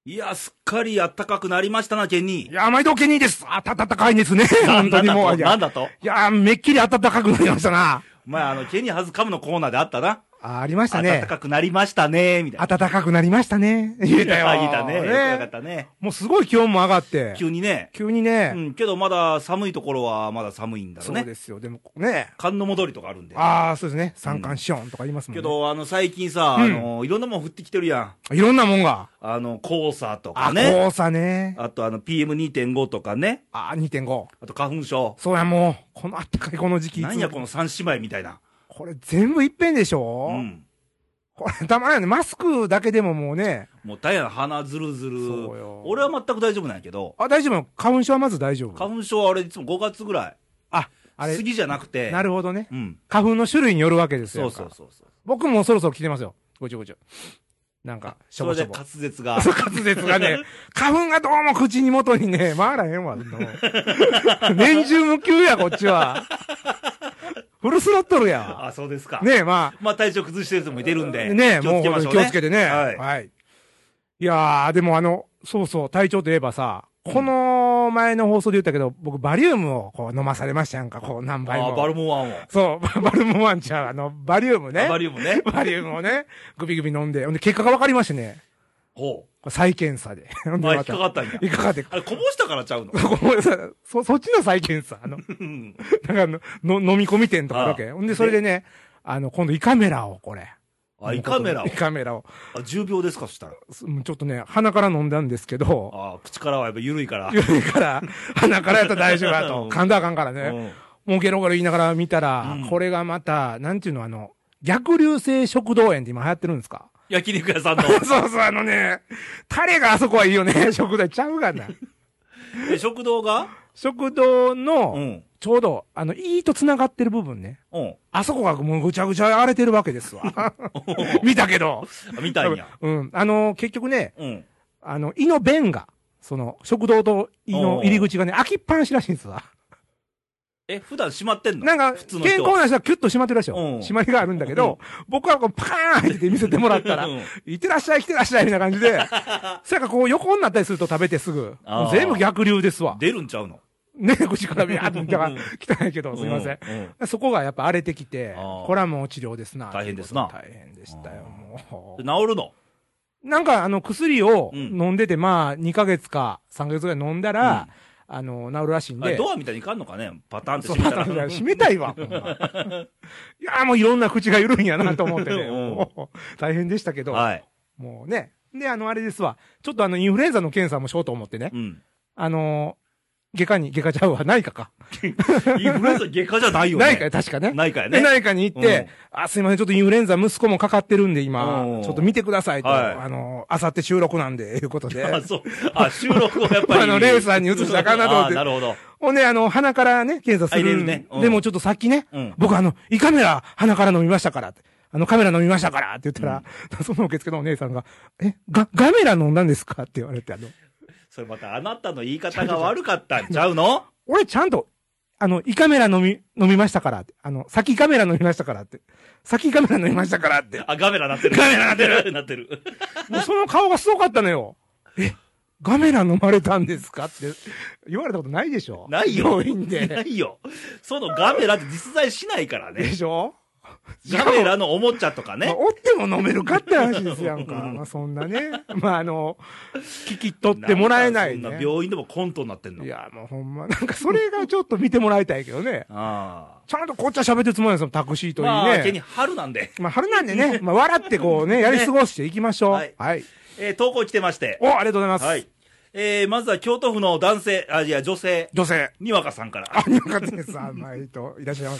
いや、すっかり暖かくなりましたな、ケニー。 いや、毎度ケニーです。暖かいですね。本当にもう。 なんだといや、めっきり暖かくなりましたな。 ケニーはずかむのコーナーであったな。 ありましたね。 暖かくなりましたね、みたいな。 暖かくなりましたね。言えたよ。 言えたね。よかったね。 もうすごい気温も上がって。 急にね。 急にね。 うん、けどまだ寒いところはまだ寒いんだろうね。 そうですよ。でもね。 寒の戻りとかあるんで。 ああ、そうですね。三寒四温とか言いますもんね。 けど、最近さ、いろんなもん降ってきてるやん。いろんなもんが。 黄砂とかね。 黄砂ね。 あとPM2.5 とかね。 2.5。 あと花粉症。 そうや、もう。この暖かいこの時期。 なんやこの三姉妹みたいな。 これ全部いっぺんでしょ。うん。これたまらんよね。マスクだけでももうね。 もう大変な鼻ずるずる。そうよ。俺は全く大丈夫なんやけど。 大丈夫。花粉症はまず大丈夫。 花粉症は俺いつも5月ぐらい。あれ。杉じゃなくて。 なるほどね。 うん。 花粉の種類によるわけですよ。 そう。 僕もそろそろ来てますよ。ごちょ。なんか、しょぼしょぼ。 それで滑舌が。 そう、滑舌がね。花粉がどうも口に元にね、回らへんわ。年中無休や、こっちは。フルスロットルや。 あ、そうですか。 ねえ、まあ体調崩してる人もいてるんで。 ねえ、もう気をつけてね。 はい。 いやー、でもそうそう、体調といえばさ、この前の放送で言ったけど、僕バリウムをこう飲まされましたやんか、こう何杯も。 バルモワンを。 そう、バルモワンちゃう、バリウムね。 バリウムね。 バリウムをね、グビグビ飲んで、ほんで結果が分かりましてね。 ほう。 再検査で。 引っかかったんや。 引っかかって。 あれ、こぼしたからちゃうのそっちの再検査。なんか飲み込み店とかだけ。ほんで、それでね、今度胃カメラを、これ。 胃カメラを胃カメラを。 10秒ですか、そしたら。 ちょっとね、鼻から飲んだんですけど。 口からはやっぱ緩いから。 緩いから、鼻からやったら大丈夫だと。噛んだらあかんからね。もうゲロゲロ言いながら見たら、これがまた、なんていうの、逆流性食道炎って今流行ってるんですか？ 焼肉屋さんの。 そう、タレがあそこはいいよね。食堂ちゃうがな。 食堂が？ 食堂の、ちょうど、胃と繋がってる部分ね。あそこがもうぐちゃぐちゃ荒れてるわけですわ。見たけど。 見たんや。 結局ね、胃の弁が、食堂と胃の入り口がね、開きっぱなしらしいんですわ。 普段閉まってんの？ なんか、健康な人はキュッと閉まってるらしいよ。閉まりがあるんだけど、僕はこうパーンって見せてもらったら、いってらっしゃい来てらっしゃいみたいな感じで、それからこう横になったりすると食べてすぐ、全部逆流ですわ。 出るんちゃうの？ ね、口からビャーって、だから汚いけど、すみません。そこがやっぱ荒れてきて、これはもう治療ですな。 大変ですな。 大変でしたよ、もう。治るの？ なんか薬を飲んでて、2ヶ月か3ヶ月ぐらい飲んだら、治るらしいんで。 ドアみたいにいかんのかね？パターンって閉めたら。閉めたいわ。いやもういろんな口が緩いんやなと思ってね。大変でしたけど。もうね。で、あれですわ。ちょっとインフルエンザの検査もしようと思ってね。外科ちゃうわ、内科か。 インフルエンザ外科じゃないよね。 内科や、確かね。 内科やね。 内科に行って、すいません、ちょっとインフルエンザ息子もかかってるんで、今、ちょっと見てくださいと。あさって収録なんで、いうことで。 そう。収録をやっぱり。 レイさんに移したらあかんなと思って。 なるほど。 ほんで、鼻からね、検査する。 ね。 でもちょっとさっきね、僕胃カメラ鼻から飲みましたからって。カメラ飲みましたからって言ったら、その受付のお姉さんが、ガメラ飲んだんですかって言われて、 それまたあなたの言い方が悪かったんちゃうの？ 俺ちゃんと、胃カメラ飲みましたからって。先カメラ飲みましたからって。先カメラ飲みましたからって。 ガメラなってる。 ガメラなってる。 なってる。 もうその顔がすごかったのよ。ガメラ飲まれたんですかって言われたことないでしょ？ ないよ。 病院で。 ないよ。そのガメラって実在しないからね。 でしょ？ ガメラのおもちゃとかね。 おっても飲めるかって話ですやんか。そんなね。聞き取ってもらえないね。 そんな病院でもコントになってんの？ いや、もうほんま、なんかそれがちょっと見てもらいたいけどね。ちゃんとこっちは喋ってるつもりなんですよ、タクシーといいね。 毛に春なんで。 春なんでね、笑ってこうね、やり過ごしていきましょう。はい。 投稿来てまして。 ありがとうございます。 はい。まずは京都府の女性。にわかさんから。 にわかです。いらっしゃいます。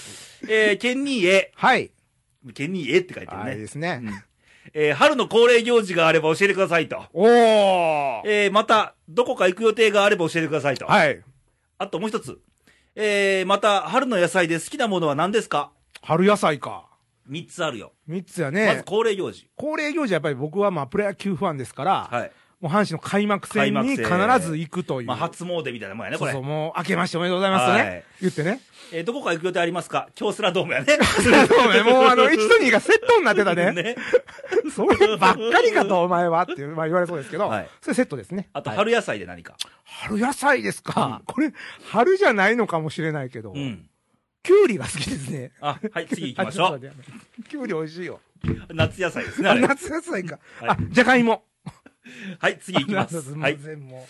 ケンニーへ。 はい。 ケンニーへって書いてるね。 いいですね。 春の恒例行事があれば教えてくださいと。また、どこか行く予定があれば教えてくださいと。 はい。 あともう一つ。また、春の野菜で好きなものは何ですか？ 春野菜か。 3つあるよ。 3つやね。 まず恒例行事。 恒例行事はやっぱり僕はプロ野球ファンですから、 はい。 もう阪神の開幕戦に必ず行くという。 初詣みたいなもんやね、これ。 そうそう、もう明けましておめでとうございますとね。言ってね。 どこか行く予定ありますか？京セラドームやね。 京セラドームね。もう1と2がセットになってたね。ね。そればっかりかと、お前はって言われそうですけど、それセットですね。 あと、春野菜で何か。 春野菜ですか。これ、春じゃないのかもしれないけど、きゅうりが好きですね。 はい、次行きましょう。 きゅうり美味しいよ。 夏野菜ですね。 夏野菜か。じゃがいも。 はい、次行きます。はい。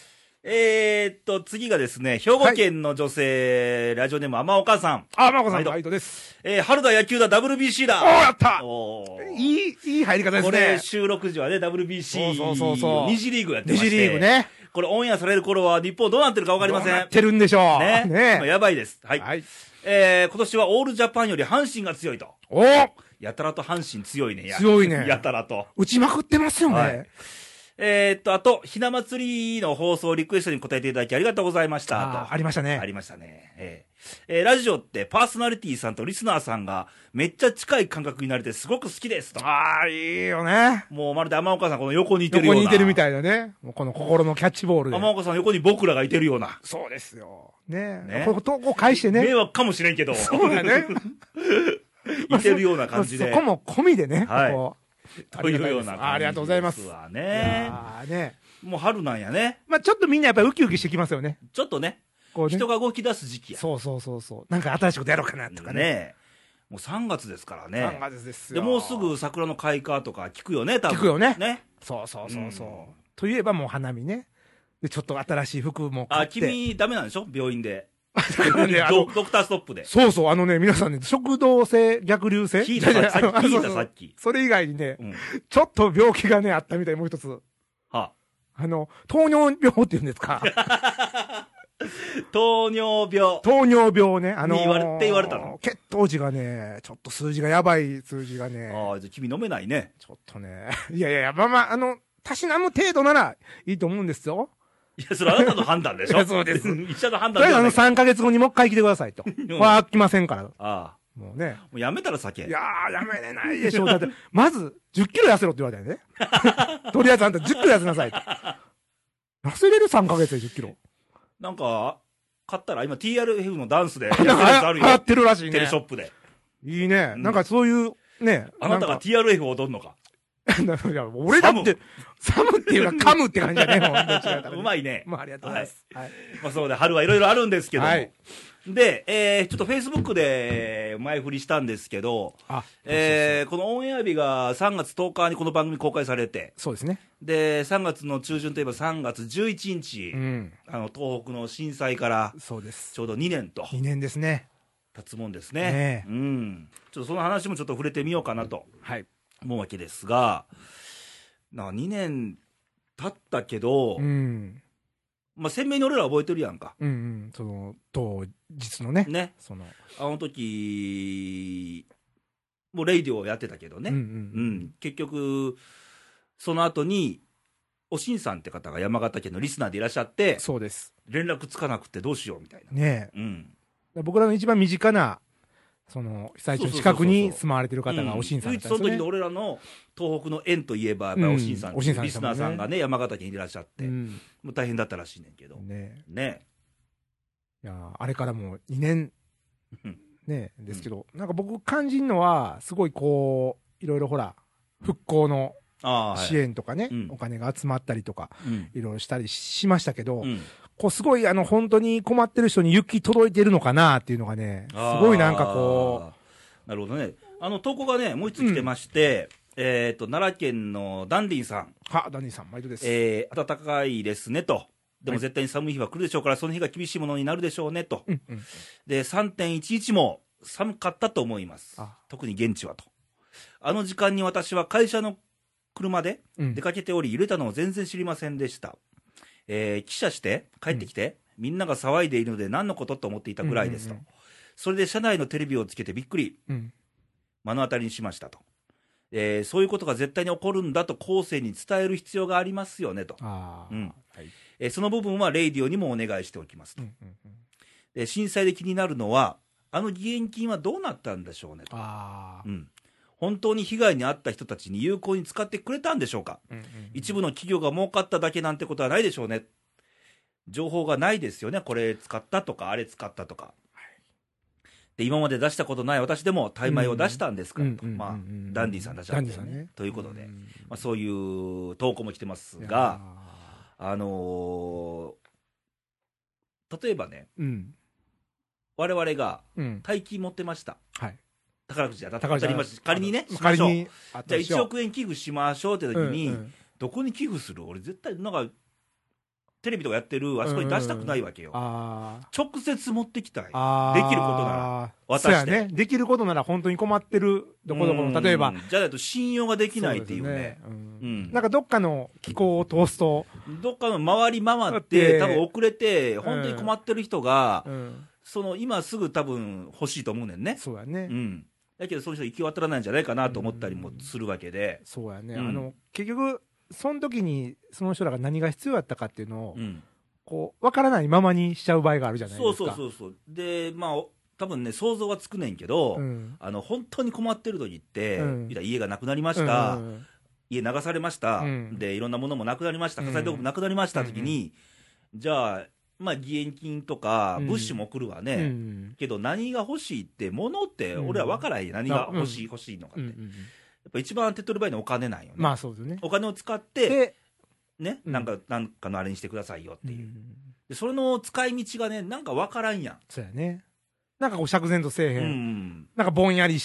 次がですね、兵庫県の女性、ラジオネーム天岡さん。 天岡さん、ライトです。 春だ、野球だ、WBC だ。 やったいい入り方ですね。 これ、収録時はね、WBC。2次リーグやってまして。 2次リーグね。 これ、オンエアされる頃は、日本どうなってるかわかりません。 どうなってるんでしょう。 ね。やばいです。はい。今年はオールジャパンより阪神が強いと。やたらと阪神強いね。 強いね。 やたらと。 打ちまくってますよね。 あと、ひな祭りの放送リクエストに答えていただきありがとうございました。 ありましたね。 ありましたね。ラジオってパーソナリティさんとリスナーさんがめっちゃ近い感覚になれてすごく好きですと。 いいよね。 もうまるで天岡さんこの横にいてるような。 横にいてるみたいだね。もうこの心のキャッチボールで。 天岡さん横に僕らがいてるような。 そうですよ。ね。これ投稿返してね。 迷惑かもしれんけど。 そうだね。 いてるような感じで。 そこも込みでね。 はい。というような感じですわ。 ありがとうございます。 ね。もう春なんやね。 ちょっとみんなやっぱりウキウキしてきますよね。 ちょっとね。人が動き出す時期や。 そう。なんか新しいことやろうかなとかね。 もう3月ですからね。 3月ですよ。 で、もうすぐ桜の開花とか聞くよね、多分。 聞くよね。ね。そう。といえばもう花見ね。で、ちょっと新しい服も買って。 君ダメなんでしょ病院で。ドクターストップで。 そう、皆さんね、食道性、逆流性聞いたさっき。 それ以外にね、ちょっと病気がね、あったみたい、もう一つ。糖尿病って言うんですか。 糖尿病。 糖尿病ね。 言われたの？ 血糖値がね、ちょっと数字がやばい数字がね。 じゃあ君飲めないね。 ちょっとね。いや、たしなむ程度ならいいと思うんですよ。 いや、それあなたの判断でしょ。 そうです。 医者の判断で。 3ヶ月後にもう一回来てくださいと。飽きませんから。もうね。 もうやめたら酒。 いやー、やめれないでしょ。だって、まず、10キロ痩せろって言われたよね。とりあえずあんた10キロ痩せなさいと。痩せれる3ヶ月で10キロ。 なんか、買ったら今 TRF のダンスで。 なんか、流行ってるらしいね。 テレショップで。 いいね。なんかそういう、ね。 あなたが TRF を踊るのか。 いや、俺だって、サムっていうか、噛むって感じだね、 うまいね。 ありがとうございます。 そうで、春はいろいろあるんですけども。で、ちょっと Facebook で前振りしたんですけど、このオンエア日が3月10日にこの番組公開されて、 そうですね。 で、3月の中旬といえば3月11日、東北の震災から、 そうです。 ちょうど2年と。 2年ですね。 経つもんですね。ちょっとその話もちょっと触れてみようかなと。思うわけですが、2年経ったけど、鮮明に俺ら覚えてるやんか。 その、当日のね。 あの時、もうレイディオをやってたけどね。結局、その後に、おしんさんって方が山形県のリスナーでいらっしゃって、 そうです。 連絡つかなくてどうしようみたいな。 ねえ。僕らの一番身近な、被災地の近くに住まわれてる方がおしんさんだったんですね。 その時の俺らの東北の縁といえば、やっぱりおしんさん、リスナーさんがね、山形県にいらっしゃって、もう大変だったらしいねんけど。ね。 いや、あれからもう2年、ね、ですけど、なんか僕感じるのは、すごいこう、いろいろほら、復興の支援とかね、お金が集まったりとか、いろいろしたりしましたけど、こうすごい本当に困ってる人に行き届いてるのかなっていうのがね、すごいなんかこう。なるほどね。投稿がね、もう一つ来てまして、奈良県のダンディンさん。 ダンディンさん、毎度です。 暖かいですねと。でも絶対に寒い日は来るでしょうから、その日が厳しいものになるでしょうねと。で、3.11 も寒かったと思います。特に現地はと。あの時間に私は会社の車で出かけており、揺れたのを全然知りませんでした。記者して帰ってきて、みんなが騒いでいるので何のことと思っていたぐらいですと。それで車内のテレビをつけてびっくり、目の当たりにしましたと。そういうことが絶対に起こるんだと後世に伝える必要がありますよねと。その部分はレイディオにもお願いしておきますと。震災で気になるのは、義援金はどうなったんでしょうねと。 本当に被害に遭った人たちに有効に使ってくれたんでしょうか、一部の企業が儲かっただけなんてことはないでしょうね。情報がないですよね、これ使ったとか、あれ使ったとか。で今まで出したことない私でもタイ米を出したんですからと、まあ、ダンディさん出したんですよね。ということで、まあ、そういう投稿も来てますが、例えばね、我々が大金持ってました。宝くじ当たりました。仮にね、しましょう。じゃあ1億円寄付しましょうって時に、どこに寄付する？俺絶対なんかテレビとかやってるあそこに出したくないわけよ。直接持ってきたい。できることなら渡して。 できることなら本当に困ってるどこどこの、例えばじゃないと信用ができないっていうね。 なんかどっかの機構を通すと、 どっかの回り回って多分遅れて本当に困ってる人がその今すぐ多分欲しいと思うねんね。 そうやね。 だけどその人行き渡らないんじゃないかなと思ったりもするわけで。 そうやね。結局その時にその人らが何が必要やったかっていうのを、こう分からないままにしちゃう場合があるじゃないですか。 そうでまあ多分ね想像はつくねんけど、本当に困ってる時って、家がなくなりました、家流されました、でいろんなものもなくなりました、火災道具もなくなりました時に、じゃあまあ義援金とか物資も送るわね、けど何が欲しいって物って俺は分からへん、何が欲しいのかって、やっぱ一番手っ取り早いのはお金なんよね。 まあそうですね。 お金を使ってね、なんかのあれにしてくださいよっていう、でそれの使い道がねなんか分からんやん。 そうやね。なんかこう釈然とせえへん、なんかぼんやりして、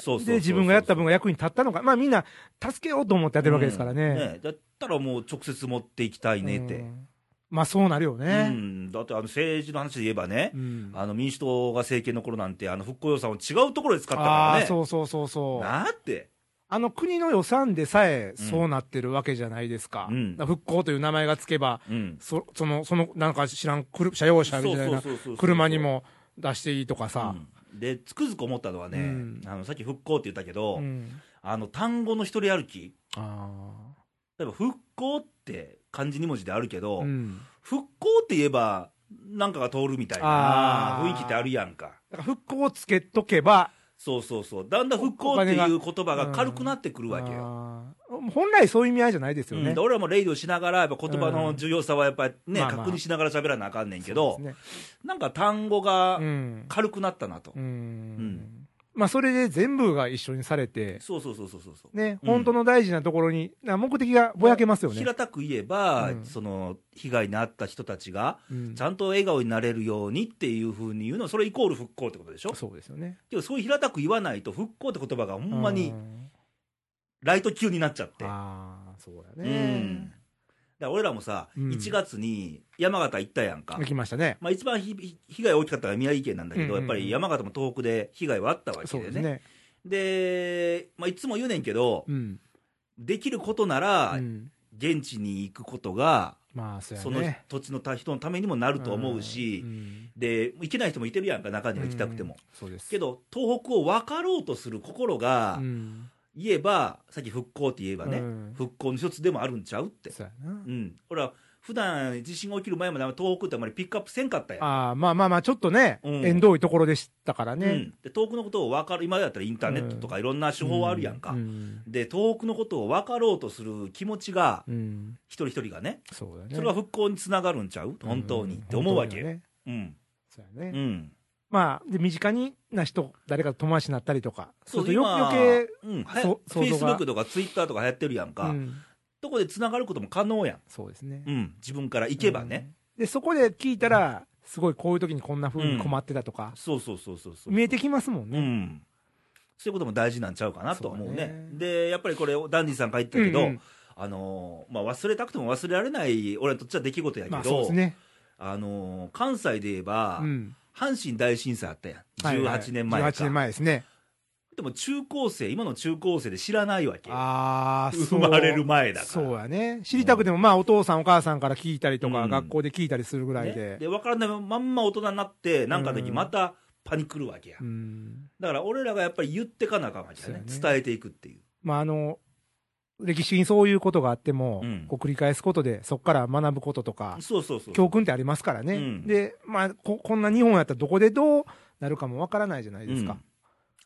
で自分がやった分が役に立ったのか、まあみんな助けようと思ってやってるわけですからね。 だったらもう直接持っていきたいねって。 まあそうなるよね。 だって政治の話で言えばね、民主党が政権の頃なんて復興予算を違うところで使ったからね。 そうなって国の予算でさえそうなってるわけじゃないですか。復興という名前がつけば、そのなんか知らん車用車みたいな車にも出していいとかさ。 でつくづく思ったのはね、さっき復興って言ったけど、単語の一人歩き。例えば復興って漢字2文字であるけど、復興って言えばなんかが通るみたいな雰囲気ってあるやんか。 だから復興をつけとけば、 だんだん復興っていう言葉が軽くなってくるわけよ。 本来そういう意味合いじゃないですよね。 俺らもレイドしながらやっぱ言葉の重要さはやっぱりね、確認しながら喋らなあかんねんけど、なんか単語が軽くなったなと。まあそれで全部が一緒にされて、ね、本当の大事なところに目的がぼやけますよね。 平たく言えば、その被害に遭った人たちがちゃんと笑顔になれるようにっていうふうに言うのは、それイコール復興ってことでしょ。 そうですよね。 けどそういう平たく言わないと復興って言葉がほんまにライト級になっちゃって。 そうやね。 だから俺らもさ、1月に山形行ったやんか。 行きましたね。 まあ一番被害大きかったのは宮城県なんだけど、やっぱり山形も東北で被害はあったわけでね。で、まあいつも言うねんけど、できることなら、現地に行くことが、その土地の人のためにもなると思うし、で、行けない人もいてるやんか、中には行きたくても。けど、東北を分かろうとする心が、言えば、さっき復興って言えばね、復興の一つでもあるんちゃうって。俺は普段地震が起きる前まで東北ってあまりピックアップせんかったやん。 まあちょっとね、縁遠いところでしたからね。 で東北のことを分かる、今だったらインターネットとかいろんな手法あるやんか。で東北のことを分かろうとする気持ちが、一人一人がね、それが復興につながるんちゃう本当にって思うわけよ。 そうやね。まあ、で身近な人、誰か友達になったりとか、余計、 フェイスブックとかツイッターとか流行ってるやんか、どこでつながることも可能やん。 そうですね。 自分から行けばね。 で、そこで聞いたら、すごいこういう時にこんな風に困ってたとか、見えてきますもんね。 そういうことも大事なんちゃうかなと思うね。で、やっぱりこれ、ダンディさんが言ったけど、まあ、忘れたくても忘れられない、俺にとっちゃ出来事やけど、関西で言えば、阪神大震災あったやん。18年前か。 18年前ですね。 でも中高生、今の中高生で知らないわけよ。生まれる前だから。 そうやね。知りたくても、まあお父さんお母さんから聞いたりとか、学校で聞いたりするぐらいで。 で、分からないまんま大人になって、なんかの時またパニクるわけや。だから俺らがやっぱり言ってかなあかんわけやね。伝えていくっていう。 まあ歴史にそういうことがあっても、こう繰り返すことで、そこから学ぶこととか、教訓ってありますからね。で、まあこんな日本やったらどこでどうなるかもわからないじゃないですか。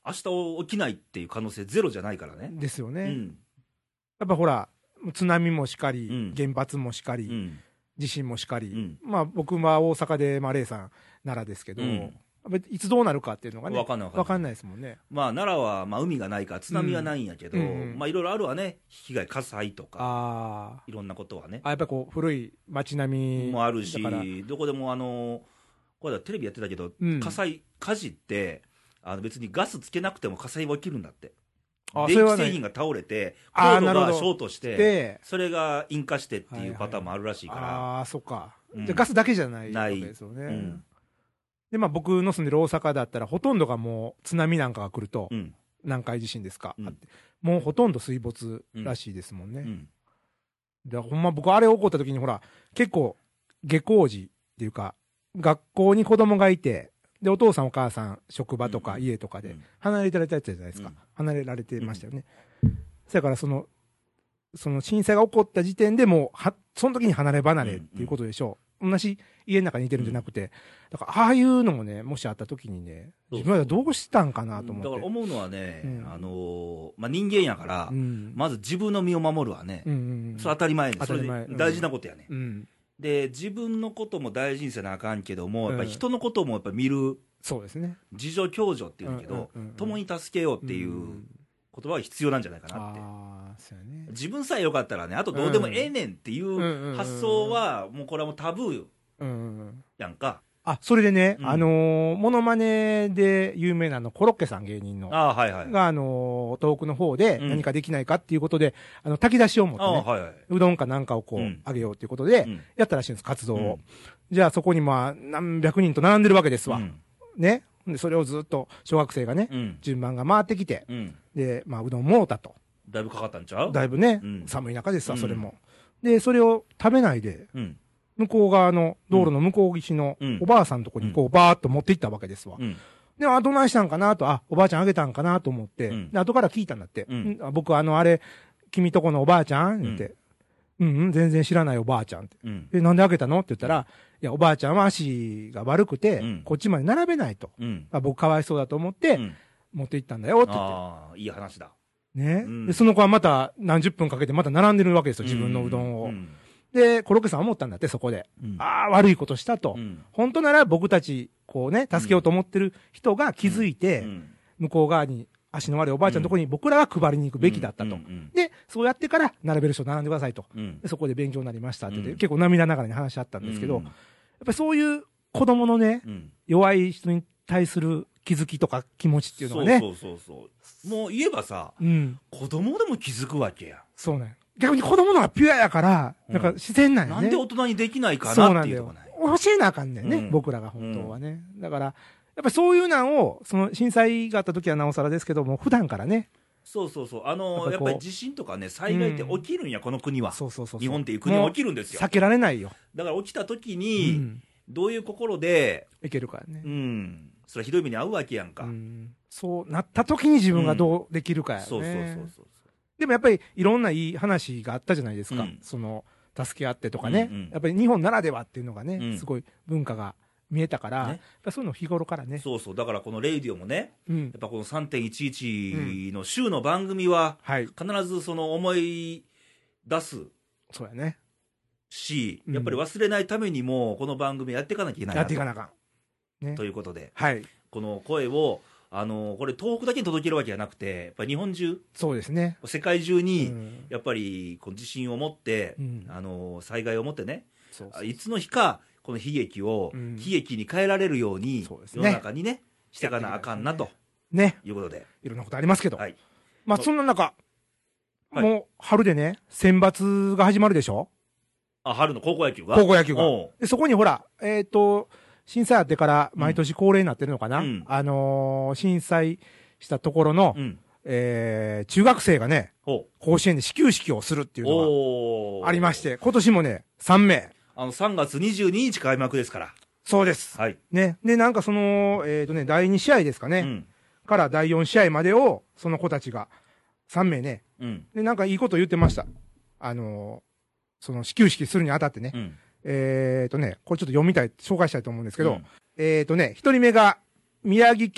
明日起きないっていう可能性ゼロじゃないからね。 ですよね。やっぱほら、津波もしかり、原発もしかり、地震もしかり、まあ僕は大阪で、まあレイさん奈良ですけど、いつどうなるかっていうのがね、わかんないですもんね。 まあ奈良はまあ海がないから津波はないんやけど、まあいろいろあるわね、被害、火災とか、いろんなことはね。 やっぱりこう古い街並みもあるし、どこでもこれはテレビやってたけど、火事って、別にガスつけなくても火災は起きるんだって。電気製品が倒れて、コードがショートして、それが引火してっていうパターンもあるらしいから。 ああ、そっか。じゃあガスだけじゃないわけですよね。で、まあ僕の住んでる大阪だったら、ほとんどがもう津波なんかが来ると、南海地震ですか。もうほとんど水没らしいですもんね。で、ほんま僕あれ起こった時にほら、結構下校時っていうか、学校に子供がいて、で、お父さんお母さん、職場とか家とかで離れられたやつじゃないですか。離れられてましたよね。そやからその震災が起こった時点でもう、その時に離れ離れっていうことでしょう。同じ家の中にいてるんじゃなくて、だからああいうのもね、もしあった時にね、自分はどうしたんかなと思って。 だから思うのはね、まあ、人間やから、まず自分の身を守るわね。それ当たり前で、それ大事なことやね。で、自分のことも大事にせなあかんけども、やっぱり人のこともやっぱ見る。 そうですね。 自助共助っていうんだけど、共に助けようっていう言葉が必要なんじゃないかなって。自分さえよかったらね、あとどうでもええねんっていう発想は、もうこれはもうタブーやんか。 それでね、モノマネで有名なコロッケさん芸人の、が、東北の方で何かできないかっていうことで、炊き出しを持ってね、うどんかなんかをこう、あげようっていうことで、やったらしいんです、活動を。じゃあそこにまあ、何百人と並んでるわけですわ。ね。で、それをずっと小学生がね、順番が回ってきて、で、まあ、うどんもうたと。 だいぶかかったんちゃう？ だいぶね、寒い中ですわ、それも。で、それを食べないで、向こう側の道路の向こう岸のおばあさんのとこにこうバーッと持っていったわけですわ。で、どないしたんかなと、おばあちゃんあげたんかなと思って、で、後から聞いたんだって。僕あれ、君とこのおばあちゃん言って、全然知らないおばあちゃんって。なんであげたのって言ったら、いや、おばあちゃんは足が悪くて、こっちまで並べないと。僕かわいそうだと思って、持って行ったんだよって言って。 いい話だ。 ね。で、その子はまた何十分かけてまた並んでるわけですよ、自分のうどんを。で、コロッケさん思ったんだって、そこで。悪いことしたと。本当なら僕たち、こうね、助けようと思ってる人が気づいて、向こう側に足の悪いおばあちゃんのところに僕らが配りに行くべきだったと。で、そうやってから並べる人並んでくださいと。でそこで勉強になりましたって言って、結構涙ながらに話し合ったんですけど、やっぱりそういう子供のね、弱い人に対する気づきとか気持ちっていうのはね。 もう言えばさ、子供でも気づくわけや。 そうね。逆に子供のがピュアやから、なんか自然なんやね。 なんで大人にできないかなっていうとこね。 教えなあかんねんね、僕らが本当はね。だから、やっぱりそういうのを、その震災があった時はなおさらですけども、普段からね。 やっぱり地震とかね、災害って起きるんや、この国は。日本っていう国は起きるんですよ。 避けられないよ。 だから起きた時に、どういう心で、 いけるからね。 それはひどい目に遭うわけやんか。 そうなった時に自分がどうできるかやね。でもやっぱりいろんないい話があったじゃないですか。その、助け合ってとかね。やっぱり日本ならではっていうのがね、すごい文化が見えたから、やっぱそういうの日頃からね。 だからこのレイディオもね、やっぱこの 3.11 の週の番組は、必ずその思い出す。 そうやね。 し、やっぱり忘れないためにも、この番組やっていかなきゃいけないなと。 やっていかなあかん。 ということで、 この声を、これ東北だけに届けるわけじゃなくて、やっぱり日本中、 そうですね。 世界中に、やっぱりこの地震をもって、災害をもってね、いつの日か、この悲劇を悲劇に変えられるように、世の中にね、していかなあかんなと。いうことで。 いろんなことありますけど。まあそんな中、もう春でね、選抜が始まるでしょ？ 春の高校野球が。 高校野球が。で、そこにほら、震災あってから毎年恒例になってるのかな、震災したところの、中学生がね、甲子園で始球式をするっていうのがありまして、今年もね、3名。 3月22日開幕ですから。 そうです。ね。で、なんかその、第2試合ですかね。から第4試合までを、その子たちが、3名ね。で、なんかいいこと言ってました。その始球式するにあたってね。これちょっと読みたい、紹介したいと思うんですけど、1人目が宮城県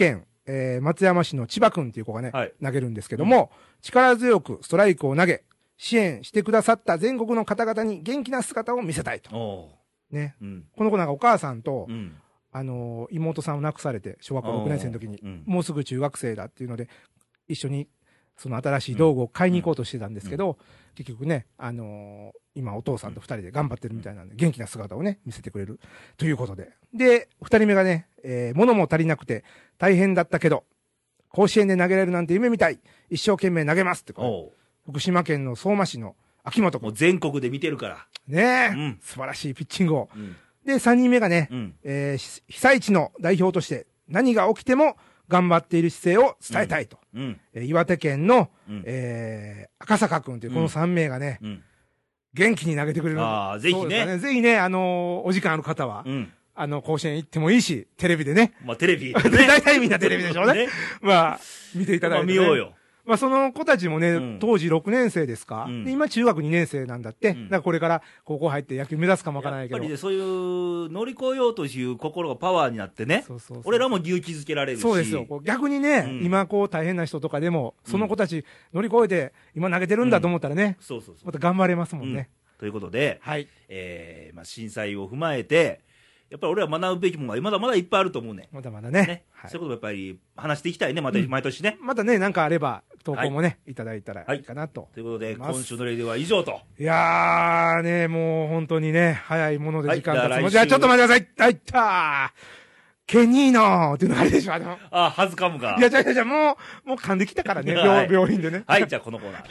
松山市の千葉君っていう子がね、 はい、 投げるんですけども、力強くストライクを投げ、支援してくださった全国の方々に元気な姿を見せたいと。ね。この子なんかお母さんと、妹さんを亡くされて、小学校6年生の時に、もうすぐ中学生だっていうので、一緒にその新しい道具を買いに行こうとしてたんですけど、結局ね、今お父さんと二人で頑張ってるみたいなんで、元気な姿をね、見せてくれるということで。で、二人目がね、物も足りなくて大変だったけど、甲子園で投げられるなんて夢みたい。一生懸命投げますって福島県の相馬市の秋元君。 もう全国で見てるから。 ねえ、素晴らしいピッチングを。で、三人目がね、被災地の代表として何が起きても頑張っている姿勢を伝えたいと。岩手県の、赤坂君というこの3名がね、元気に投げてくれる。 ぜひね。 ぜひね、お時間ある方は、甲子園行ってもいいし、テレビでね。 テレビ。 大体みんなテレビでしょうね。見ていただいて。 見ようよ。 その子たちもね、当時6年生ですか、で今中学2年生なんだって。だからこれから高校入って野球目指すかもわからないけど。 やっぱりね、そういう乗り越えようという心がパワーになってね。俺らも勇気づけられるし。 そうですよ。逆にね、今大変な人とかでも、その子たち乗り越えて今投げてるんだと思ったらね。また頑張れますもんね。 ということで、 はい。 震災を踏まえて、やっぱり俺は学ぶべきものがまだまだいっぱいあると思うね。 まだまだね。 そういうこともやっぱり話していきたいね、毎年ね。 またね、なんかあれば、投稿もね、いただいたらいいかなと。 ということで、今週のレディは以上と。 いやーね、もう本当にね、早いもので時間経つ。じゃあちょっと待ってください。ケニーノっていうのがあれでしょ、 はずかむか。 いや、じゃもう噛んできたからね、病院でね。 はい、じゃあこのコーナー。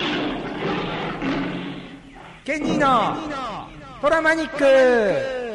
ケニーノトラマニック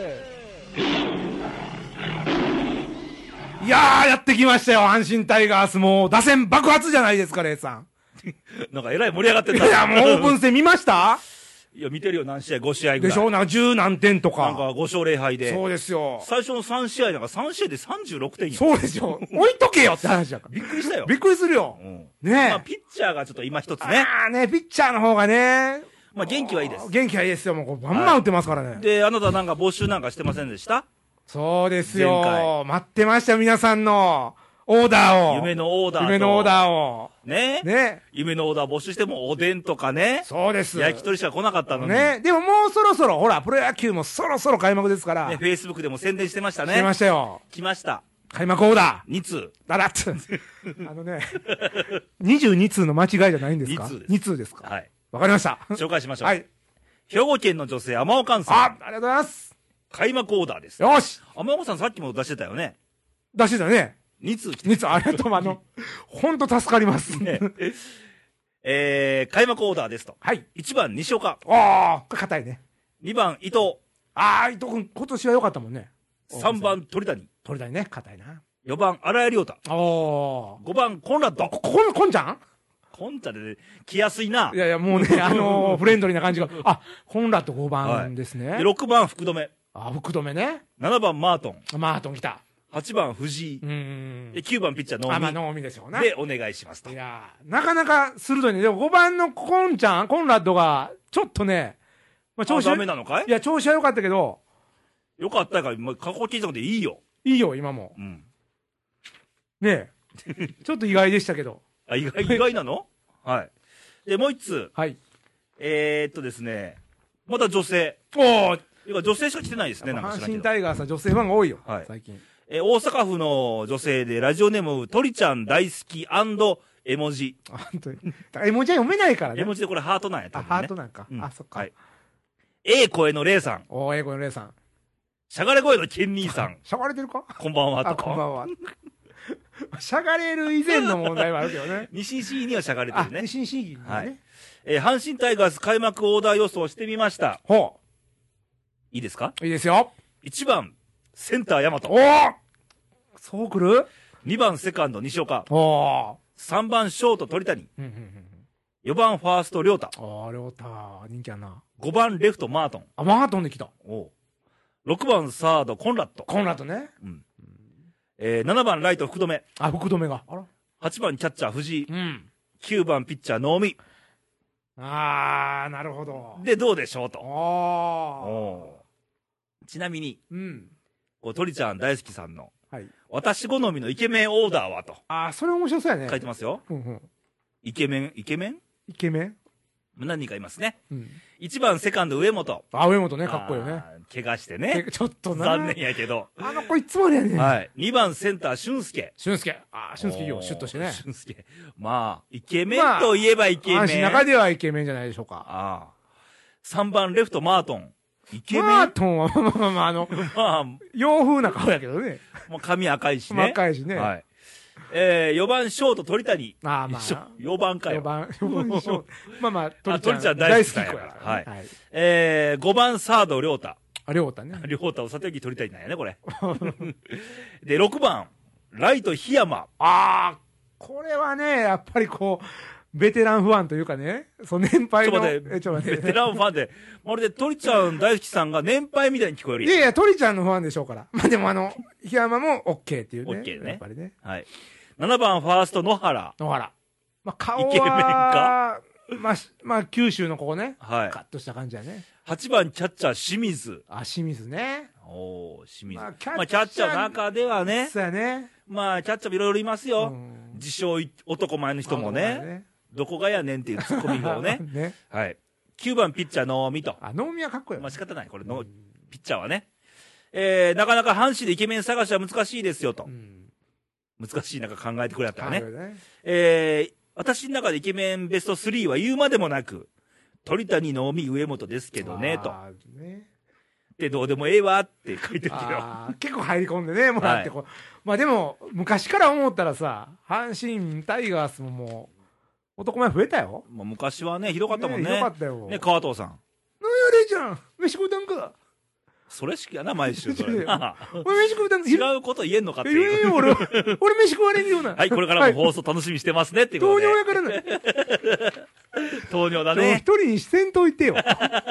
いやー、やってきましたよ、阪神タイガース。もう、打線爆発じゃないですか、レイさん。 なんか、えらい盛り上がってた。 いや、もう、オープン戦見ました？ いや、見てるよ、何試合、5試合ぐらい。 でしょ、なんか10何点とか。 なんか、5勝0敗で。 そうですよ。 最初の3試合なんか、3試合で36点よ。 そうですよ。置いとけよって話だから。 びっくりしたよ。 びっくりするよ。ねえ。 ピッチャーがちょっと今一つね。 ピッチャーの方がね。 元気はいいです。 元気はいいですよ、もう、バンバン打ってますからね。 で、あなたなんか募集なんかしてませんでした？ そうですよ。待ってました皆さんのオーダーを。 夢のオーダー。 夢のオーダーを。 ね。夢のオーダー募集してもおでんとかね。 そうです。 焼き鳥しか来なかったのに。 ね。でももうそろそろ、ほら、プロ野球もそろそろ開幕ですから。 ね、Facebook でも宣伝してましたね。 してましたよ。 来ました。 開幕オーダー。2通。 だらっつ。22通の間違いじゃないんですか？ 2 通ですか？ はい。 わかりました。 紹介しましょう。 はい。 兵庫県の女性、天岡さん。 ありがとうございます。 開幕オーダーです。 よし。 天岡さんさっきも出してたよね。 出してたね。 2通来て。 2通、ありがとう。ほんと助かります。 ね。開幕オーダーですと。 はい。 1番、西岡。 硬いね。 2番、伊藤。 伊藤君、今年は良かったもんね。 3番、鳥谷。 鳥谷ね、硬いな。 4番、荒谷亮太。5番、コンラッド。 コンちゃんコンちゃんで来やすいな。 いやいや、もうね、フレンドリーな感じが。コンラッド5番ですね。 で、6番、福留。 福留ね。 7番、マートン。 マートン来た。 8番、藤井。で、9番、ピッチャー、能見。 能見ですよね。 で、お願いしますと。 いやなかなか鋭いね。でも5番のコンラッドが、ちょっとね、 調子ダメなのかい？ いや、調子は良かったけど。 良かったから、過去聞いたことでいいよ。 いいよ、今も。ねえ。ちょっと意外でしたけど。 意外なの？はい。で、もう一つ。 はい。 ですね、また女性。女性しか来てないですね、なんか阪神タイガースは女性ファンが多いよ、最近。 大阪府の女性で、ラジオネーム、鳥ちゃん大好き&絵文字。 絵文字は読めないからね。 絵文字でこれハートなんやった。 ハートなんか。そっか。 声のレイさん。 声のレイさん。 しゃがれ声のケンニーさん。 しゃがれてるか？ こんばんはと。 こんばんは。しゃがれる以前の問題はあるけどね。 西市議にはしゃがれてるね。 西市議にね。 阪神タイガース開幕オーダー予想してみました。いいですか？ いいですよ。 1番、センター大和。 そう来る？ 2番、セカンド、西岡。3番、ショート、鳥谷。4番、ファースト、亮太。 亮太、人気やな。 5番、レフト、マートン。 マートンで来た。 6番、サード、コンラッド。 コンラッドね。 7番、ライト、福留。 福留が。 8番、キャッチャー、藤井。9番、ピッチャー、能見。 なるほど。 で、どうでしょうと。ちなみに、鳥ちゃん大好きさんの、 私好みのイケメンオーダーはと。 ああ、それ面白そうやね。 書いてますよ。イケメン何人かいますね。1番セカンド上本。 上本ね、かっこいいよね。 怪我してね。 ちょっと残念やけど。 あの子いつもやね。 はい。2番センター俊介。 俊介いいよ、シュッとしてね。 俊介。まあ、イケメンといえばイケメン。 阪神中ではイケメンじゃないでしょうか。 3番レフトマートン。イケメンマートンは、まあ、洋風な顔やけどね。 髪赤いしね。 赤いしね。 はい。4番ショート鳥谷。 まあ。 4番かよ。 4番ショート。まあ、 鳥ちゃん大好きだから。はい。5番サード亮太。 亮太ね。 亮太をさておき鳥谷なんやね、これ。で、6番、ライト檜山。 これはね、やっぱりこう、ベテランファンというかね、年配の。 ちょっと待って、ベテランファンで、まるで鳥ちゃん大好きさんが年配みたいに聞こえるやん。いや、鳥ちゃんのファンでしょうから。まあでも檜山も OK っていうね。 OK ね。 やっぱりね。 はい。7番ファースト野原。 まあ顔は、 イケメンかまあ九州のここね。 はい。 カッとした感じやね。 8番キャッチャー清水。 清水ね。 清水。まあキャッチャーの中ではね。 そうやね。 まあキャッチャーもいろいろいますよ。自称男前の人もね。どこがやねんっていうツッコミをね。はい。9番ピッチャー能見と。 能見はかっこいい。 まあ仕方ない。これの、ピッチャーはね。なかなか阪神でイケメン探しは難しいですよと。難しい中考えてくれやったらね。私の中でイケメンベスト3は言うまでもなく、鳥谷能見上本ですけどね、と。で、どうでもええわって書いてるけど。 結構入り込んでね、もらってこう。まあでも、昔から思ったらさ、阪神タイガースももう、男前増えたよ。 昔はね、ひどかったもんね。 ひどかったよ。 ね、川藤さん。 なんやれじゃん飯食うたんか。 それしかやな、毎週それ。 俺飯食うたんか。 違うこと言えんのかっていう。 俺飯食われんような。 はい、これからも放送楽しみにしてますねっていうことで。 糖尿やからね。 糖尿だね。 一人にせんといてよ。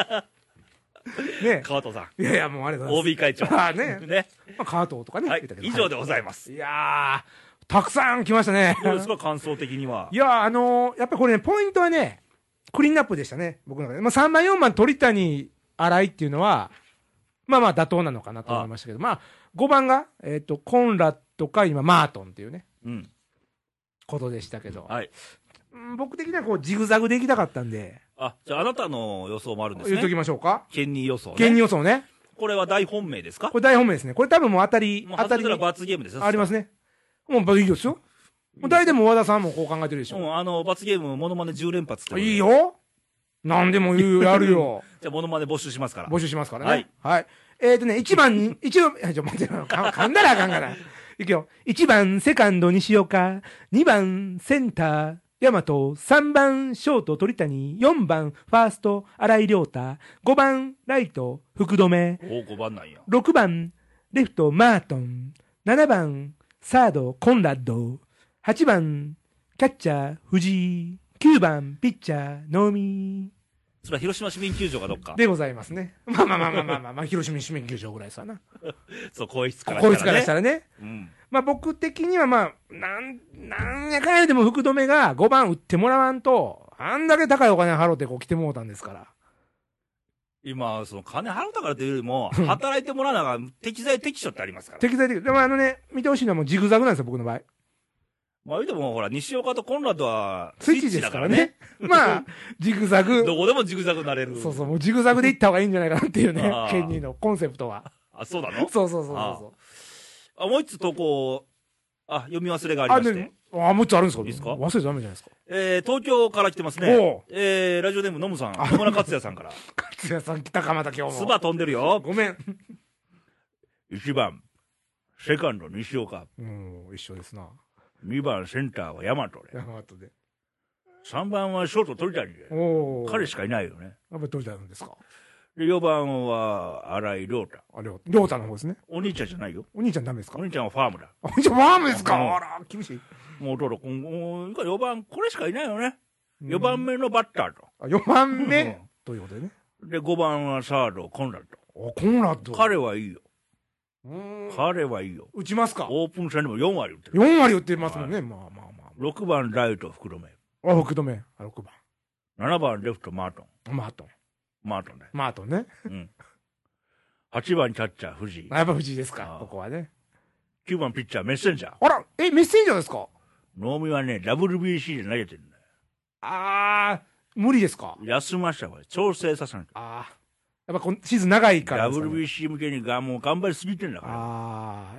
ね川藤さん。 いや、もうあれだ。 OB 会長。 ね。川藤とかね。 以上でございます。 いやー、たくさん来ましたね。 どうですか、感想的には。 いや、やっぱりこれね、ポイントはね、クリーンナップでしたね、僕の中で。3番、4番、鳥谷、荒井っていうのは、まあ妥当なのかなと思いましたけど、5番が、コンラッドか、今、マートンっていうね、ことでしたけど、僕的にはこう、ジグザグでいきたかったんで。 じゃあ、あなたの予想もあるんですね。 言っときましょうか。 ケンニー予想ね。 ケンニー予想ね。 これは大本命ですか？ これ大本命ですね。これ多分もう当たり。 当たり。罰ゲームですよ。 ありますね。もういいですよ。大体も和田さんもこう考えてるでしょ。 罰ゲーム、モノマネ10連発って。 いいよ。何でもやるよ。 じゃあ、モノマネ募集しますから。 募集しますからね。はい。1番、待って、噛んだらあかんから。いくよ。1番、セカンド、西岡。2番、センター、大和。3番、ショート、鳥谷。4番、ファースト、荒井亮太。5番、ライト、福留。 5番なんや。 6番、レフト、マートン。7番、サード、コンラッド。8番、キャッチャー、藤井。9番、ピッチャー、能見。 それは広島市民球場かどっかでございますね。まあ、広島市民球場ぐらいさな。 そう、皇室からしたらね。 皇室からしたらね。僕的にはなんやかんやでも福留が5番打ってもらわんと、あんだけ高いお金払ってこう来てもうたんですから。 今、金払ったからというよりも、働いてもらうのが適材適所ってありますから。 適材適所。でも見てほしいのはもうジグザグなんですよ、僕の場合。 でもほら、西岡とコンラッドは、 スイッチですからね。ジグザグ。 どこでもジグザグなれる。 そう、もうジグザグで行った方がいいんじゃないかなっていうね、ケンニーのコンセプトは。 そうなの？ そう。 もう一つ投稿、読み忘れがありまして。 もう一つあるんですか？ いいですか？ 忘れちゃダメじゃないですか。 東京から来てますね。ラジオネームノムさん、野村克也さんから。 克也さん来たかまた今日も。 スバ飛んでるよ。 ごめん。 1番、セカンド西岡。 一緒ですな。 2番センターは大和で。3番はショート鳥谷で。彼しかいないよね。 やっぱり鳥谷ですか。 で、4番は荒井亮太。 亮太の方ですね。 お兄ちゃんじゃないよ。 お兄ちゃんダメですか？ お兄ちゃんはファームだ。 お兄ちゃんファームですか？あら、厳しい。 もうどうぞ、4番、これしかいないよね。4番目のバッターと。 4番目ということでね。 で、5番はサード、コンラッド。 コンラッド。 彼はいいよ。彼はいいよ。 打ちますか？ オープン戦でも4割打ってる。 4割打ってますもんね。 6番ライト、福留。 福留。6番。 7番レフト、マートン。 マートンね。 マートンね。8番キャッチャー、藤井。 やっぱ藤井ですか、ここはね。 9番ピッチャー、メッセンジャー。 あら、メッセンジャーですか？ 能見はね、WBC で投げてるんだよ。 無理ですか？ 休ましたこれ。調整させないと。 やっぱシーズン長いからですかね。 WBC 向けにもう頑張りすぎてんだから。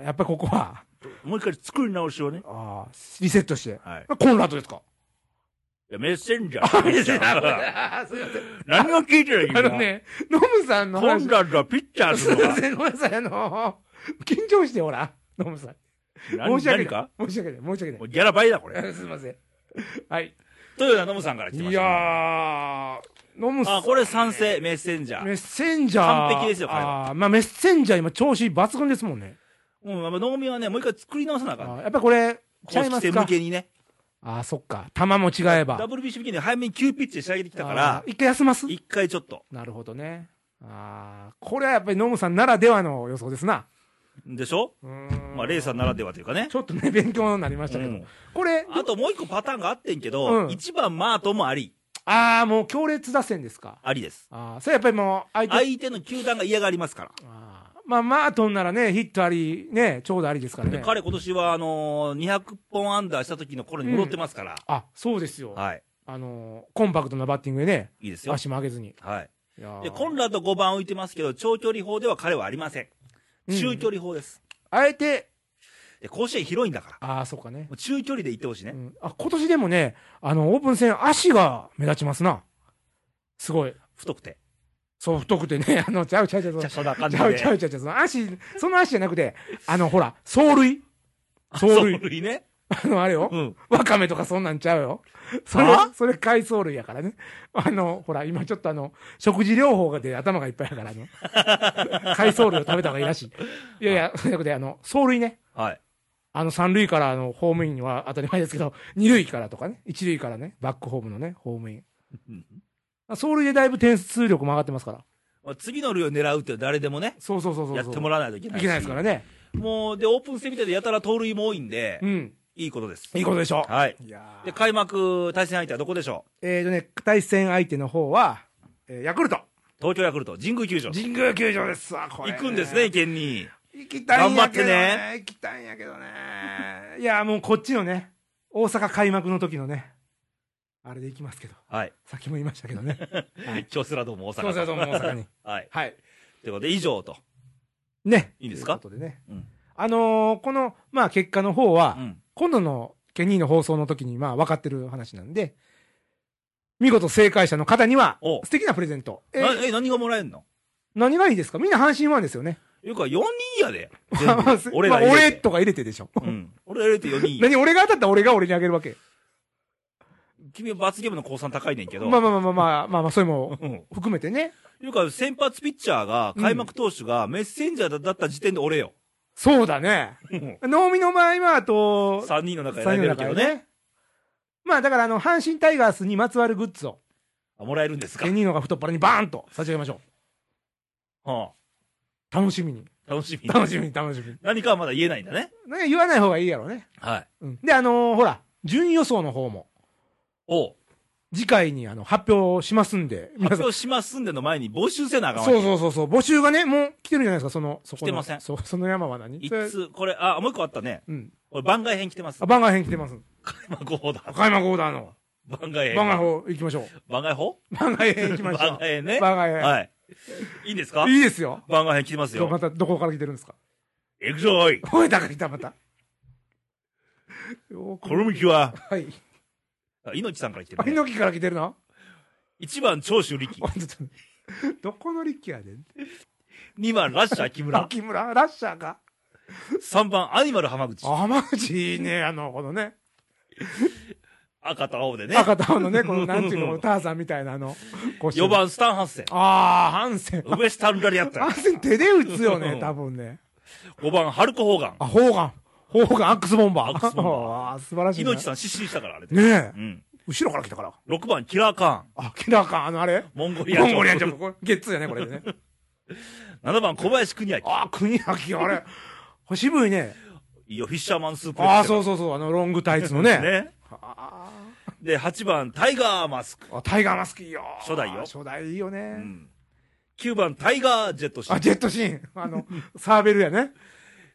やっぱりここは。 もう一回作り直しをね。 リセットして。 はい。 コンラードですか？ いや、メッセンジャー。メッセンジャー。何を聞いてるのね、ノムさんの話。コンラードはピッチャーするのか。 すいません、ごめんなさい、緊張して、ほら、ノムさん。申し訳ない。申し訳ない。 ギャラ倍だ、これ。 すいません。はい。 というようなノムさんから来てました。 いやー、ノムさん。 これ賛成、メッセンジャー。 メッセンジャー。 完璧ですよ、彼は。 メッセンジャー今調子抜群ですもんね。 能見はね、もう一回作り直さなあかん。 やっぱこれ、 ちゃいますか？公式戦向けにね。 そっか。球も違えば。 WBC 向けに早めに急ピッチで仕上げてきたから。 一回休ます？ 一回ちょっと。 なるほどね。これはやっぱりノムさんならではの予想ですな。 でしょ？レイさんならではというかね。 ちょっとね、勉強になりましたけど。これ。 あともう一個パターンがあってんけど、1番マートもあり。 もう強烈打線ですか？ ありです。 それやっぱりもう相手の球団が嫌がりますから。 マートンならね、ヒットあり、ね、長打ありですからね。 彼今年は200本アンダーした時の頃に戻ってますから。 そうですよ。 はい。 コンパクトなバッティングでね。 いいですよ。 足も上げずに。 はい。で、コンラード5番置いてますけど、長距離砲では彼はありません。中距離砲です。 あえて、 甲子園広いんだから。 そうかね。 中距離で行ってほしいね。 今年でもね、オープン戦、足が目立ちますな。すごい。 太くて。 そう、太くてね、ちゃう。 そんな感じで。 その足じゃなくて、ほら、走塁。 走塁ね。 あれよ。わかめとかそんなんちゃうよ。それ海藻類やからね。ほら、今ちょっと食事療法で頭がいっぱいやから、海藻類を食べた方がいいらしい。いや、じゃなくて、走塁ね。 はい。 三塁からホームインは当たり前ですけど、二塁からとかね、一塁からね、バックホームのね、ホームイン。走塁でだいぶ点数力も上がってますから。 次の塁を狙うって誰でもね。 そう。 やってもらわないといけない。 いけないですからね。 もう、で、オープン戦みたいでやたら盗塁も多いんで、いいことです。 いいことでしょう。はい。で、開幕、対戦相手はどこでしょう？対戦相手の方は、ヤクルト。 東京ヤクルト、神宮球場。 神宮球場ですわ、これ。 行くんですね、県に。 行きたいんやけどね。 頑張ってね。 行きたいんやけどね。いや、もうこっちのね、大阪開幕の時のね、あれで行きますけど。 はい。 さっきも言いましたけどね。 京セラドーム大阪。 京セラドーム大阪に。 はい。 はい。 ということで、以上と。 ね。 いいですか？ ということでね。この、結果の方は、今度のケニーの放送の時に、分かってる話なんで、見事正解者の方には、素敵なプレゼント。 何がもらえんの？ 何がいいですか？みんな阪神ファンですよね。 いうか、4人やで。 俺とか入れてでしょ。 俺入れて4人。 何俺が当たったら俺が俺にあげるわけ。 君は罰ゲームの降参高いねんけど。 まあ、それも含めてね。 いうか、先発ピッチャーが、開幕投手がメッセンジャーだった時点で俺よ。 そうだね。能見の場合は、あと、 3人の中で投げるけどね。 だから阪神タイガースにまつわるグッズを。 もらえるんですか？ ケニーのが太っ腹にバーンと差し上げましょう。 楽しみに。何かはまだ言えないんだね。 言わない方がいいやろうね。 はい。 で、ほら、順位予想の方も。次回に発表しますんで。 発表しますんでの前に募集せなあかんわけ。そう。募集がね、もう来てるんじゃないですか、 来てません。 その山は何？ これ、もう一個あったね。これ番外編来てます。 番外編来てます。 開幕オーダー。 開幕オーダーの。 番外編。 番外編行きましょう。 番外編番外編行きましょう。 番外編ね。 番外編。 はい。いいんですか？ いいですよ。 番外編来てますよ。 また、どこから来てるんですか？ 行くぞおい。 おい、だから来た、また。 この道は。 はい。 猪木さんから来てる。 猪木から来てるの ？1番、長州力。 どこの力やでん。 2番、ラッシャー木村。 ラッシャーか。 3番、アニマル浜口。 浜口いいね、このね。 赤と青でね。 赤と青のね、このなんていうの、ターザンみたいな 4番、スタン・ハンセン。 ハンセン。 ウエスタン・ラリアッタ。 ハンセン手で打つよね、多分ね。 5番、ハルク・ホーガン。 ホーガン、アックスボンバー。素晴らしい。 猪木さん失神したから、あれ。 ねえ。後ろから来たから。 6番、キラーカーン。 キラーカーン、あれモンゴリアンチョコ。ゲッツーやね、これでね。 7番、小林邦明。 邦明、あれ。渋いね。 いいよ、フィッシャーマンスープ。 そう、ロングタイツのね。 ね。で、8番、タイガーマスク。 タイガーマスクいいよ。 初代よ。 初代いいよね。 9番、タイガージェットシーン。 ジェットシーン。サーベルやね。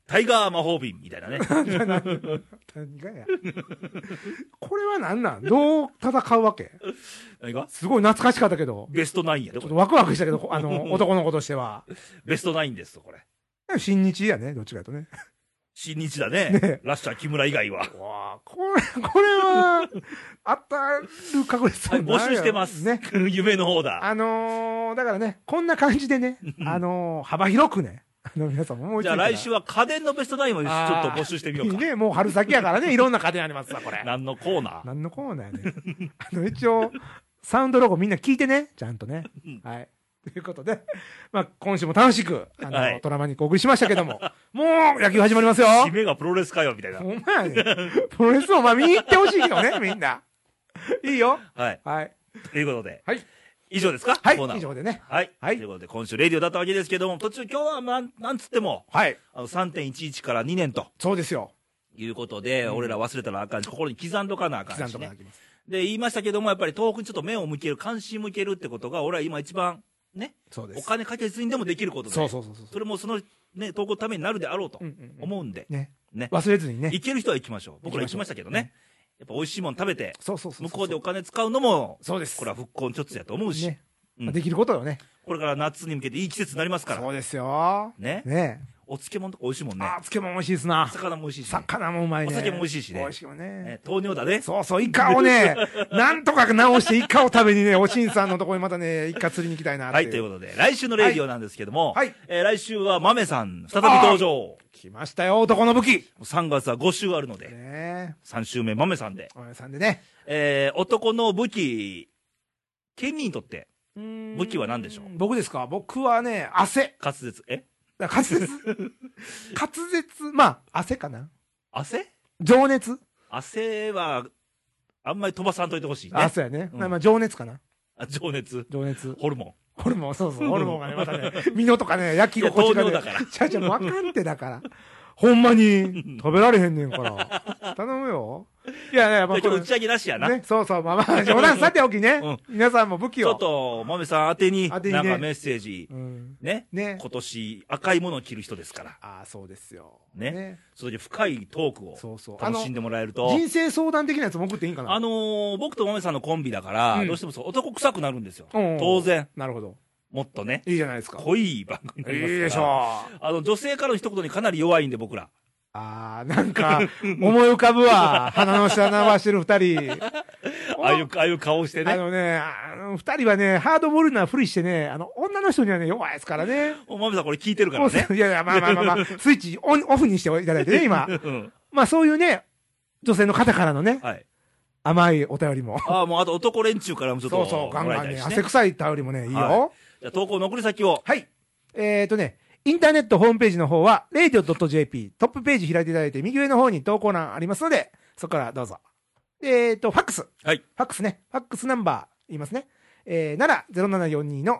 タイガー魔法瓶みたいなね。 何がや。これは何なんどう戦うわけ？ 何が？ すごい懐かしかったけど。 ベストナインやで、 ちょっとワクワクしたけど、男の子としては。 ベストナインですと、これ。 新日やね、どっちかとね。 新日だね。 ね、 ラッシャー木村以外は。 わこれは、当たる確率は募集してます。ね。夢のオーダー。だからね、こんな感じでね、幅広くね、皆さんも思いついたら。 じゃあ来週は家電のベストナインもちょっと募集してみようか。 いいね、もう春先やからね、いろんな家電ありますわ、これ。 何のコーナー？ 何のコーナーやね。一応、サウンドロゴみんな聞いてね、ちゃんとね。はい。ということで、まあ、今週も楽しく、トラマニックお送りしましたけども、もう野球始まりますよ。 締めがプロレスかよ、みたいな。 ほんまやね。プロレスをまあ見に行ってほしいよね、みんな。いいよ。 はい。 はい。 ということで。 はい。 以上ですか？ はい。以上でね。 はい。ということで、今週レディオだったわけですけども、途中今日はなんつっても、 はい。 3.11 から2年と。 そうですよ。 いうことで、俺ら忘れたらあかん、心に刻んどかなあかんしね。刻んどかなあきます。で、言いましたけども、やっぱり遠くにちょっと目を向ける、関心向けるってことが、俺は今一番、ね、 そうです。 お金かけずにでもできることで、それもその、ね、投稿のためになるであろうと思うんで、 ね、忘れずにね。 行ける人は行きましょう。僕ら行きましたけどね。やっぱ美味しいもの食べて、向こうでお金使うのも、 そうです。 これは復興の一つやと思うし、 できることよね。 これから夏に向けていい季節になりますから。 そうですよ。 ね。お漬物とか美味しいもんね。 漬物美味しいですな。 魚も美味しいし。 魚もうまいね。 お酒も美味しいしね。 美味しいもんね。 糖尿だね。 そうそう、イカをね、なんとか直してイカを食べにね、おしんさんのところにまたね、イカ釣りに行きたいなはい、ということで、来週のレディオなんですけども、来週は豆さん、再び登場。 来ましたよ、男の武器。 3月は5週あるので、3週目豆さんで。 豆さんでね。 男の武器、ケンニーにとって、武器は何でしょう？ 僕ですか？僕はね、汗。 滑舌。 滑舌滑舌、まあ、汗かな。 汗？ 情熱？ 汗は、あんまり飛ばさんといてほしいね。 汗やね。まあ、情熱かな。 情熱。 情熱。 ホルモン。 ホルモン、そうそう、ホルモンがね、またね、身のとかね、焼き心地がね。 だから。 ちゃわかんってだから。ほんまに、食べられへんねんから。頼むよ。いやいや、 まあ、打ち上げなしやな。 ね、そうそう、まあまあ、冗談さておきね。皆さんも武器を。 ちょっと、豆さん宛てに、なんかメッセージ。ね。今年、赤いものを着る人ですから。 ああ、そうですよ。 ね。それで深いトークを楽しんでもらえると。 人生相談的なやつも送っていいんかな？ 僕と豆さんのコンビだから、どうしてもそう、男臭くなるんですよ。当然。 なるほど。 もっとね。 いいじゃないですか。 濃い番組になりますから。 いいでしょう。女性からの一言にかなり弱いんで、僕ら。 ああ、なんか、思い浮かぶわ。鼻の下伸ばしてる二人。 ああいう顔してね。 二人はね、ハードボールなふりしてね、女の人にはね、弱いですからね。 豆さんこれ聞いてるからね。 いやいや、まあ、スイッチオフにしていただいてね、今。まあそういうね、女性の方からのね、甘いお便りも。 もうあと男連中からもちょっと。 そうそう、ガンガンね、汗臭い便りもね、いいよ。 じゃあ投稿の送り先を。 はい。インターネットホームページの方は、radio.jp、トップページ開いていただいて、右上の方に投稿欄ありますので、そこからどうぞ。ファックス。 はい。 ファックスね。ファックスナンバー言いますね。なら、0742の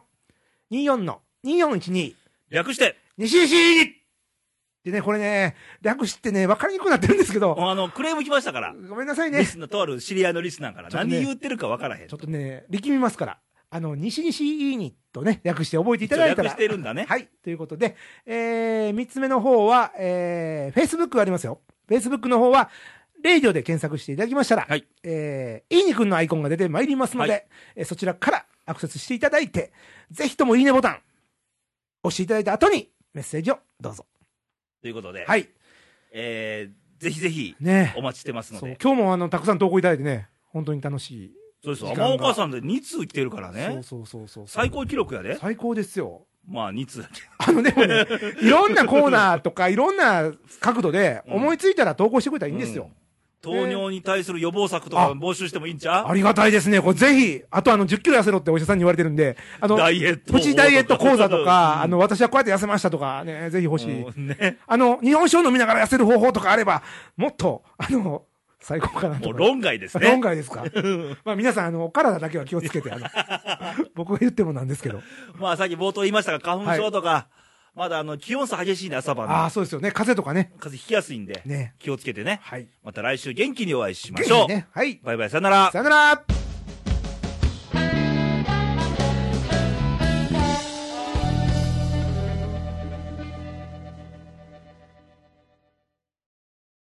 24の2412。 略して。 西西でね、これね、略してね、分かりにくくなってるんですけど。 クレーム来ましたから。 ごめんなさいね。 リスナー、とある知り合いのリスナーから、何言ってるか分からへん。 ちょっとね、力みますから。西西いいにとね、略して覚えていただいたら。 略してるんだね。 はい。ということで、3つ目の方は、Facebook ありますよ。Facebook の方は、レイディオで検索していただきましたら、はい。いいにくんのアイコンが出てまいりますので、そちらからアクセスしていただいて、ぜひともいいねボタン、押していただいた後にメッセージをどうぞ。 ということで、 はい。 ぜひぜひ、お待ちしてますので。 今日もたくさん投稿いただいてね、本当に楽しい。 そうです。天岡さんで2通来てるからね。 そう。 最高記録やで。 最高ですよ。 まあ2通だけ。でもね、いろんなコーナーとか、いろんな角度で、思いついたら投稿してくれたらいいんですよ。 糖尿に対する予防策とか募集してもいいんちゃう？ ありがたいですね。これぜひ、あと10キロ痩せろってお医者さんに言われてるんで、 ダイエット。 プチダイエット講座とか、私はこうやって痩せましたとか、ね、ぜひ欲しい。 ね。 日本酒を飲みながら痩せる方法とかあれば、もっと、最高かなと。 もう論外ですね。 論外ですか。まあ皆さん、お体だけは気をつけて、僕が言ってもなんですけど。 まあさっき冒頭言いましたが、花粉症とか、まだ気温差激しいね、朝晩。 ああ、そうですよね。風邪とかね。 風邪ひきやすいんで、 ね。 気をつけてね。 はい。 また来週元気にお会いしましょう。 ね。はい。 バイバイ、さよなら。 さよなら。